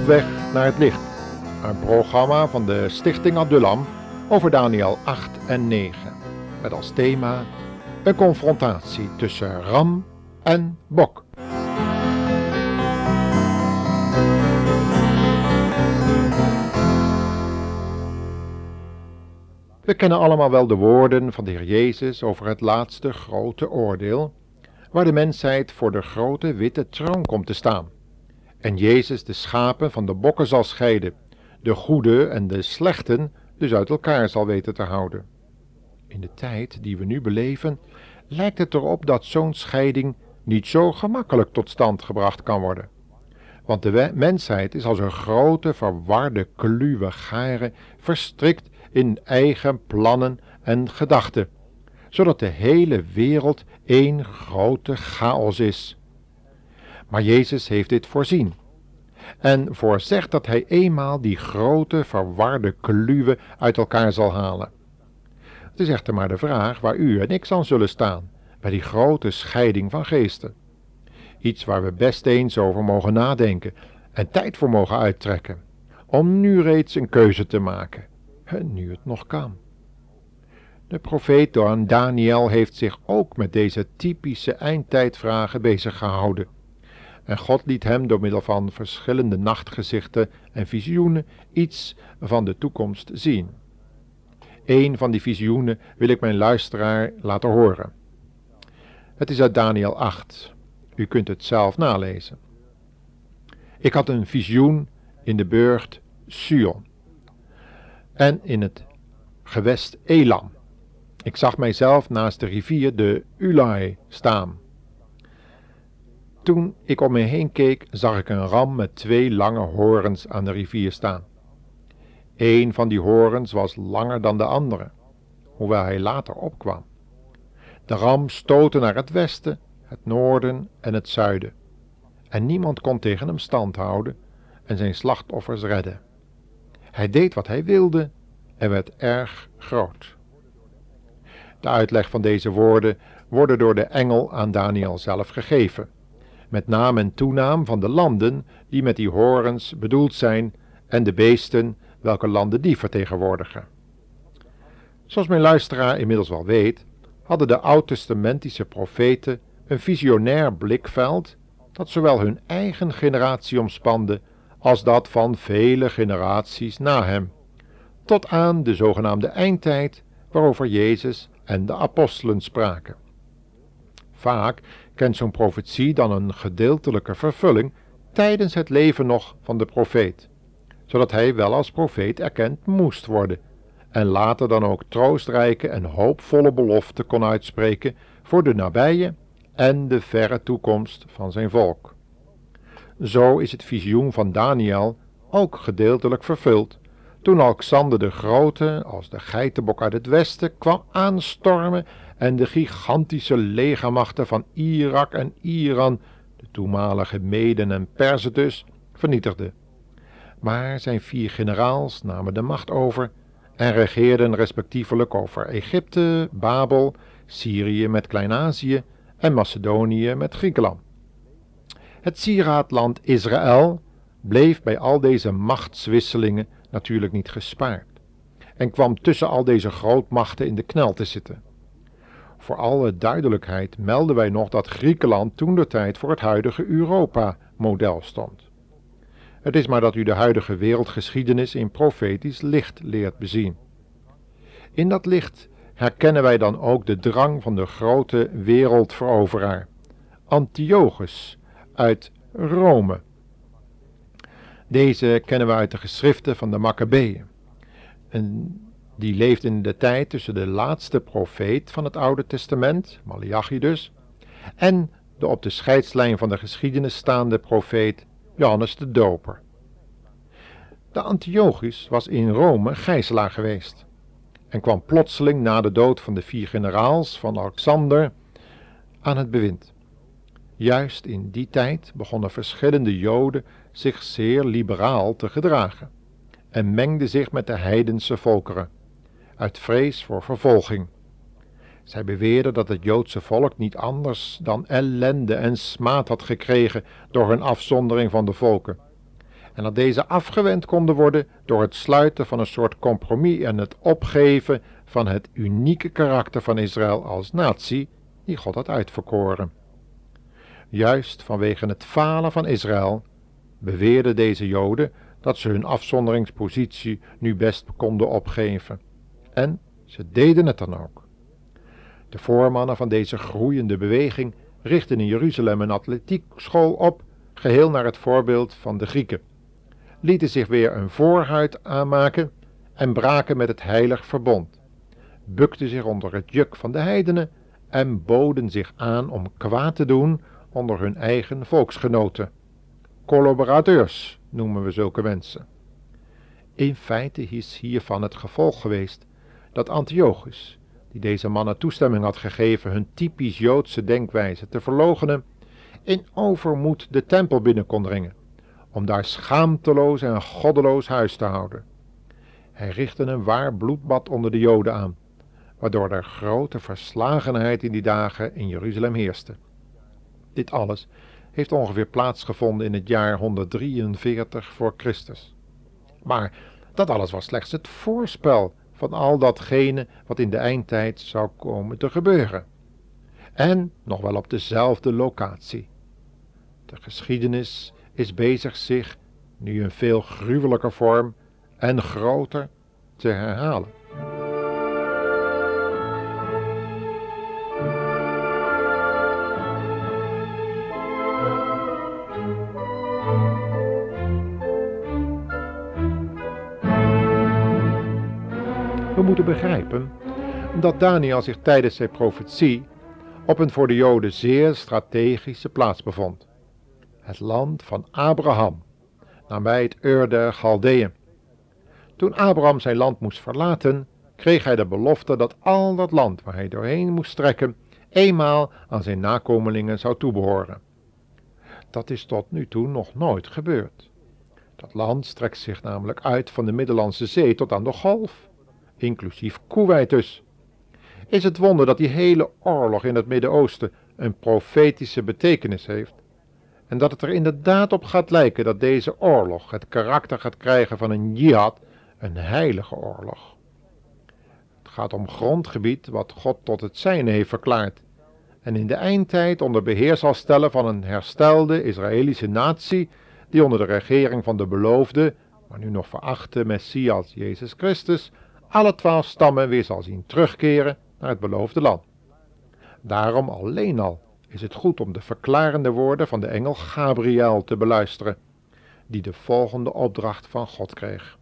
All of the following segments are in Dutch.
Op weg naar het licht, een programma van de Stichting Adullam over Daniël 8 en 9, met als thema een confrontatie tussen ram en bok. We kennen allemaal wel de woorden van de Heer Jezus over het laatste grote oordeel, waar de mensheid voor de grote witte troon komt te staan. En Jezus de schapen van de bokken zal scheiden, de goede en de slechten dus uit elkaar zal weten te houden. In de tijd die we nu beleven, lijkt het erop dat zo'n scheiding niet zo gemakkelijk tot stand gebracht kan worden. Want de mensheid is als een grote verwarde kluwe garen verstrikt in eigen plannen en gedachten, zodat de hele wereld één grote chaos is. Maar Jezus heeft dit voorzien en voorzegt dat hij eenmaal die grote verwarde kluwe uit elkaar zal halen. Het is echter maar de vraag waar u en ik aan zullen staan, bij die grote scheiding van geesten. Iets waar we best eens over mogen nadenken en tijd voor mogen uittrekken, om nu reeds een keuze te maken, nu het nog kan. De profeet Daniël heeft zich ook met deze typische eindtijdvragen bezig gehouden. En God liet hem door middel van verschillende nachtgezichten en visioenen iets van de toekomst zien. Een van die visioenen wil ik mijn luisteraar laten horen. Het is uit Daniël 8. U kunt het zelf nalezen. Ik had een visioen in de burcht Sion en in het gewest Elam. Ik zag mijzelf naast de rivier de Ulai staan. Toen ik om me heen keek, zag ik een ram met 2 lange horens aan de rivier staan. Eén van die horens was langer dan de andere, hoewel hij later opkwam. De ram stootte naar het westen, het noorden en het zuiden, en niemand kon tegen hem stand houden en zijn slachtoffers redden. Hij deed wat hij wilde en werd erg groot. De uitleg van deze woorden worden door de engel aan Daniël zelf gegeven, met naam en toenaam van de landen die met die horens bedoeld zijn en de beesten welke landen die vertegenwoordigen. Zoals mijn luisteraar inmiddels wel weet, hadden de oud-testamentische profeten een visionair blikveld dat zowel hun eigen generatie omspande als dat van vele generaties na hem, tot aan de zogenaamde eindtijd waarover Jezus en de apostelen spraken. Vaak kent zo'n profetie dan een gedeeltelijke vervulling tijdens het leven nog van de profeet, zodat hij wel als profeet erkend moest worden en later dan ook troostrijke en hoopvolle beloften kon uitspreken voor de nabije en de verre toekomst van zijn volk. Zo is het visioen van Daniël ook gedeeltelijk vervuld, toen Alexander de Grote als de geitenbok uit het westen kwam aanstormen en de gigantische legermachten van Irak en Iran, de toenmalige Meden en Perzen dus, vernietigde. Maar zijn 4 generaals namen de macht over en regeerden respectievelijk over Egypte, Babel, Syrië met Klein-Azië en Macedonië met Griekenland. Het sieraadland Israël bleef bij al deze machtswisselingen natuurlijk niet gespaard en kwam tussen al deze grootmachten in de knel te zitten. Voor alle duidelijkheid melden wij nog dat Griekenland toentertijd voor het huidige Europa-model stond. Het is maar dat u de huidige wereldgeschiedenis in profetisch licht leert bezien. In dat licht herkennen wij dan ook de drang van de grote wereldveroveraar, Antiochus uit Rome. Deze kennen we uit de geschriften van de Makkabeeën. En die leeft in de tijd tussen de laatste profeet van het Oude Testament, Maleachi dus, en de op de scheidslijn van de geschiedenis staande profeet Johannes de Doper. De Antiochus was in Rome gijzelaar geweest en kwam plotseling na de dood van de 4 generaals van Alexander aan het bewind. Juist in die tijd begonnen verschillende Joden zich zeer liberaal te gedragen en mengden zich met de heidense volkeren, uit vrees voor vervolging. Zij beweerden dat het Joodse volk niet anders dan ellende en smaad had gekregen door hun afzondering van de volken, en dat deze afgewend konden worden door het sluiten van een soort compromis en het opgeven van het unieke karakter van Israël als natie die God had uitverkoren. Juist vanwege het falen van Israël beweerden deze Joden dat ze hun afzonderingspositie nu best konden opgeven. En ze deden het dan ook. De voormannen van deze groeiende beweging richtten in Jeruzalem een atletiekschool op, geheel naar het voorbeeld van de Grieken, lieten zich weer een voorhuid aanmaken en braken met het heilig verbond, bukten zich onder het juk van de heidenen en boden zich aan om kwaad te doen onder hun eigen volksgenoten. Collaborateurs noemen we zulke mensen. In feite is hiervan het gevolg geweest dat Antiochus, die deze mannen toestemming had gegeven hun typisch Joodse denkwijze te verloochenen, in overmoed de tempel binnen kon dringen, om daar schaamteloos en goddeloos huis te houden. Hij richtte een waar bloedbad onder de Joden aan, waardoor er grote verslagenheid in die dagen in Jeruzalem heerste. Dit alles heeft ongeveer plaatsgevonden in het jaar 143 voor Christus. Maar dat alles was slechts het voorspel van al datgene wat in de eindtijd zou komen te gebeuren. En nog wel op dezelfde locatie. De geschiedenis is bezig zich, nu in veel gruwelijker vorm en groter, te herhalen. We moeten begrijpen dat Daniel zich tijdens zijn profetie op een voor de Joden zeer strategische plaats bevond. Het land van Abraham, nabij het Ur der Galdeeën. Toen Abraham zijn land moest verlaten, kreeg hij de belofte dat al dat land waar hij doorheen moest trekken, eenmaal aan zijn nakomelingen zou toebehoren. Dat is tot nu toe nog nooit gebeurd. Dat land strekt zich namelijk uit van de Middellandse Zee tot aan de Golf, inclusief Koeweit dus. Is het wonder dat die hele oorlog in het Midden-Oosten een profetische betekenis heeft en dat het er inderdaad op gaat lijken dat deze oorlog het karakter gaat krijgen van een jihad, een heilige oorlog. Het gaat om grondgebied wat God tot het zijne heeft verklaard en in de eindtijd onder beheer zal stellen van een herstelde Israëlische natie die onder de regering van de beloofde, maar nu nog verachte Messias Jezus Christus, alle 12 stammen weer zal zien terugkeren naar het beloofde land. Daarom alleen al is het goed om de verklarende woorden van de engel Gabriel te beluisteren, die de volgende opdracht van God kreeg.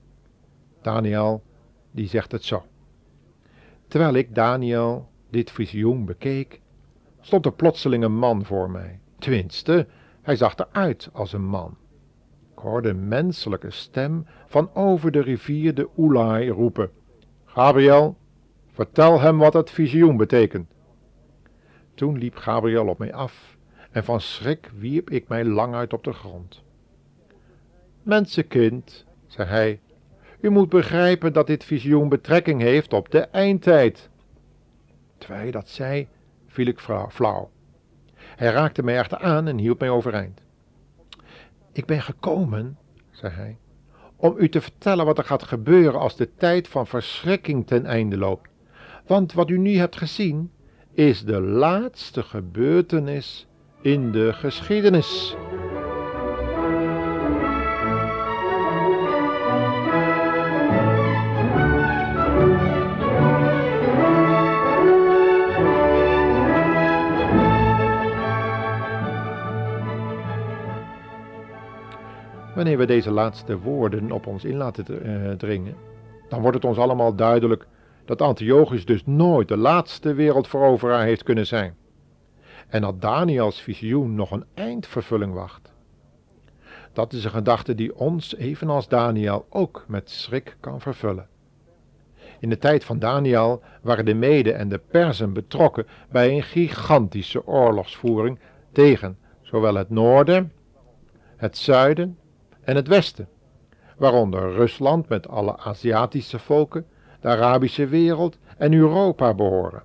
Daniel, die zegt het zo. Terwijl ik, Daniel, dit visioen bekeek, stond er plotseling een man voor mij. Tenminste, hij zag eruit als een man. Ik hoorde een menselijke stem van over de rivier de Ulai roepen. Gabriel, vertel hem wat het visioen betekent. Toen liep Gabriel op mij af en van schrik wierp ik mij lang uit op de grond. Mensenkind, zei hij, u moet begrijpen dat dit visioen betrekking heeft op de eindtijd. Terwijl hij dat zei, viel ik flauw. Hij raakte mij echter aan en hield mij overeind. Ik ben gekomen, zei hij, om u te vertellen wat er gaat gebeuren als de tijd van verschrikking ten einde loopt. Want wat u nu hebt gezien, is de laatste gebeurtenis in de geschiedenis. Wanneer we deze laatste woorden op ons in laten dringen, dan wordt het ons allemaal duidelijk dat Antiochus dus nooit de laatste wereldveroveraar heeft kunnen zijn. En dat Daniels visioen nog een eindvervulling wacht. Dat is een gedachte die ons, evenals Daniel, ook met schrik kan vervullen. In de tijd van Daniel waren de Meden en de Perzen betrokken bij een gigantische oorlogsvoering tegen zowel het noorden, het zuiden en het westen, waaronder Rusland met alle Aziatische volken, de Arabische wereld en Europa behoren.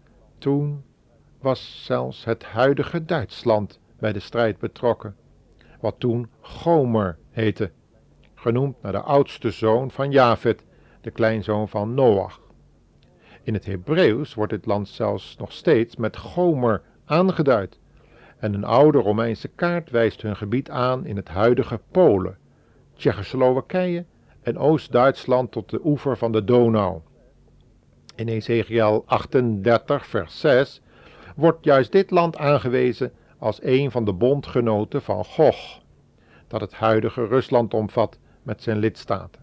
Toen was zelfs het huidige Duitsland bij de strijd betrokken, wat toen Gomer heette, genoemd naar de oudste zoon van Jafet, de kleinzoon van Noach. In het Hebreeuws wordt dit land zelfs nog steeds met Gomer aangeduid en een oude Romeinse kaart wijst hun gebied aan in het huidige Polen, Tsjechoslowakije en Oost-Duitsland tot de oever van de Donau. In Ezechiël 38 vers 6 wordt juist dit land aangewezen als een van de bondgenoten van Gog, dat het huidige Rusland omvat met zijn lidstaten.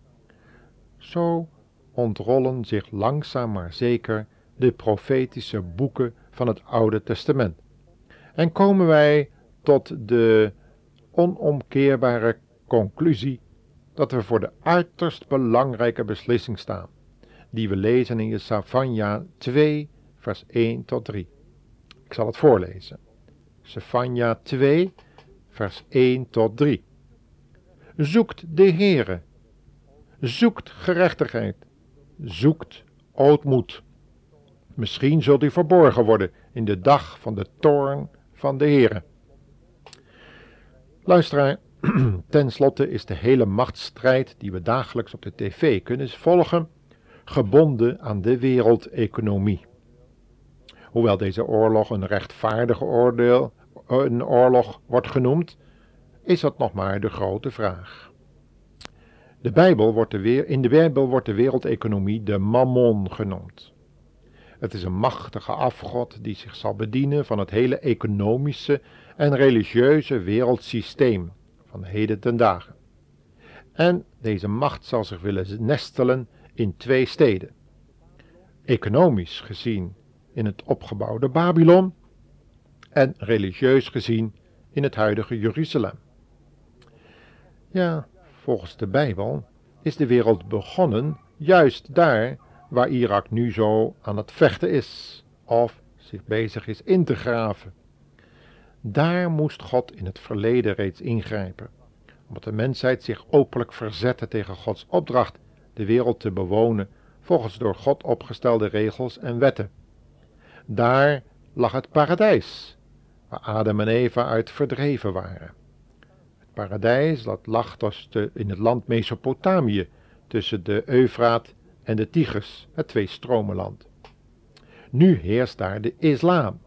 Zo ontrollen zich langzaam maar zeker de profetische boeken van het Oude Testament en komen wij tot de onomkeerbare conclusie dat we voor de uiterst belangrijke beslissing staan, die we lezen in Sefanja 2 vers 1 tot 3. Ik zal het voorlezen. Sefanja 2 vers 1 tot 3. Zoekt de Heere, zoekt gerechtigheid, zoekt ootmoed. Misschien zult u verborgen worden in de dag van de toorn van de Heere. Luisteraar, tenslotte is de hele machtsstrijd die we dagelijks op de tv kunnen volgen, gebonden aan de wereldeconomie. Hoewel deze oorlog een rechtvaardige oorlog wordt genoemd, is dat nog maar de grote vraag. In de Bijbel wordt de wereldeconomie de mammon genoemd. Het is een machtige afgod die zich zal bedienen van het hele economische en religieuze wereldsysteem van heden ten dagen. En deze macht zal zich willen nestelen in 2 steden. Economisch gezien in het opgebouwde Babylon en religieus gezien in het huidige Jeruzalem. Ja, volgens de Bijbel is de wereld begonnen juist daar waar Irak nu zo aan het vechten is of zich bezig is in te graven. Daar moest God in het verleden reeds ingrijpen, omdat de mensheid zich openlijk verzette tegen Gods opdracht de wereld te bewonen volgens door God opgestelde regels en wetten. Daar lag het paradijs, waar Adam en Eva uit verdreven waren. Het paradijs dat lag in het land Mesopotamië, tussen de Eufraat en de Tigris, het 2-stromenland. Nu heerst daar de islam,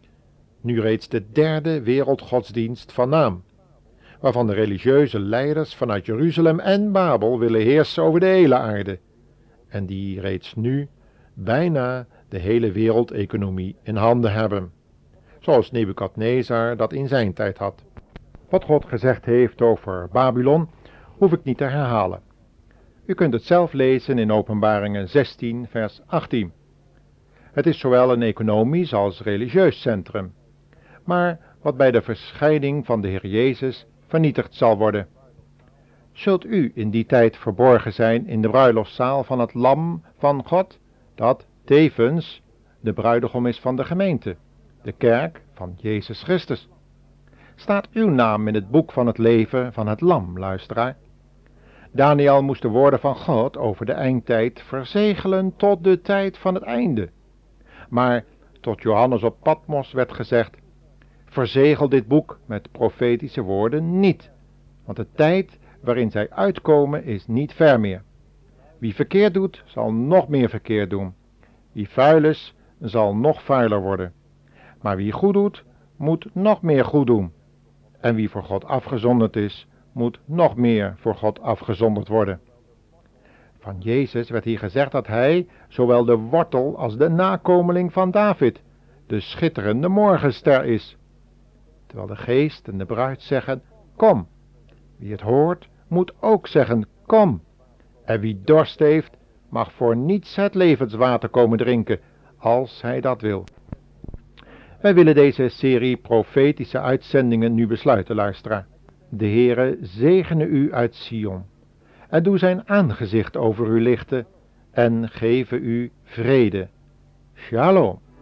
nu reeds de 3e wereldgodsdienst van naam, waarvan de religieuze leiders vanuit Jeruzalem en Babel willen heersen over de hele aarde, en die reeds nu bijna de hele wereldeconomie in handen hebben, zoals Nebukadnezar dat in zijn tijd had. Wat God gezegd heeft over Babylon, hoef ik niet te herhalen. U kunt het zelf lezen in Openbaringen 16 vers 18. Het is zowel een economisch als religieus centrum, maar wat bij de verschijning van de Heer Jezus vernietigd zal worden. Zult u in die tijd verborgen zijn in de bruiloftszaal van het Lam van God, dat tevens de bruidegom is van de gemeente, de kerk van Jezus Christus? Staat uw naam in het boek van het leven van het Lam, luisteraar? Daniel moest de woorden van God over de eindtijd verzegelen tot de tijd van het einde. Maar tot Johannes op Patmos werd gezegd: verzegel dit boek met profetische woorden niet, want de tijd waarin zij uitkomen is niet ver meer. Wie verkeerd doet, zal nog meer verkeerd doen. Wie vuil is, zal nog vuiler worden. Maar wie goed doet, moet nog meer goed doen. En wie voor God afgezonderd is, moet nog meer voor God afgezonderd worden. Van Jezus werd hier gezegd dat hij zowel de wortel als de nakomeling van David, de schitterende morgenster is. Terwijl de geest en de bruid zeggen: kom. Wie het hoort, moet ook zeggen: kom. En wie dorst heeft, mag voor niets het levenswater komen drinken, als hij dat wil. Wij willen deze serie profetische uitzendingen nu besluiten, luisteraar. De Heere zegene u uit Sion, en doe zijn aangezicht over u lichten, en geven u vrede. Shalom.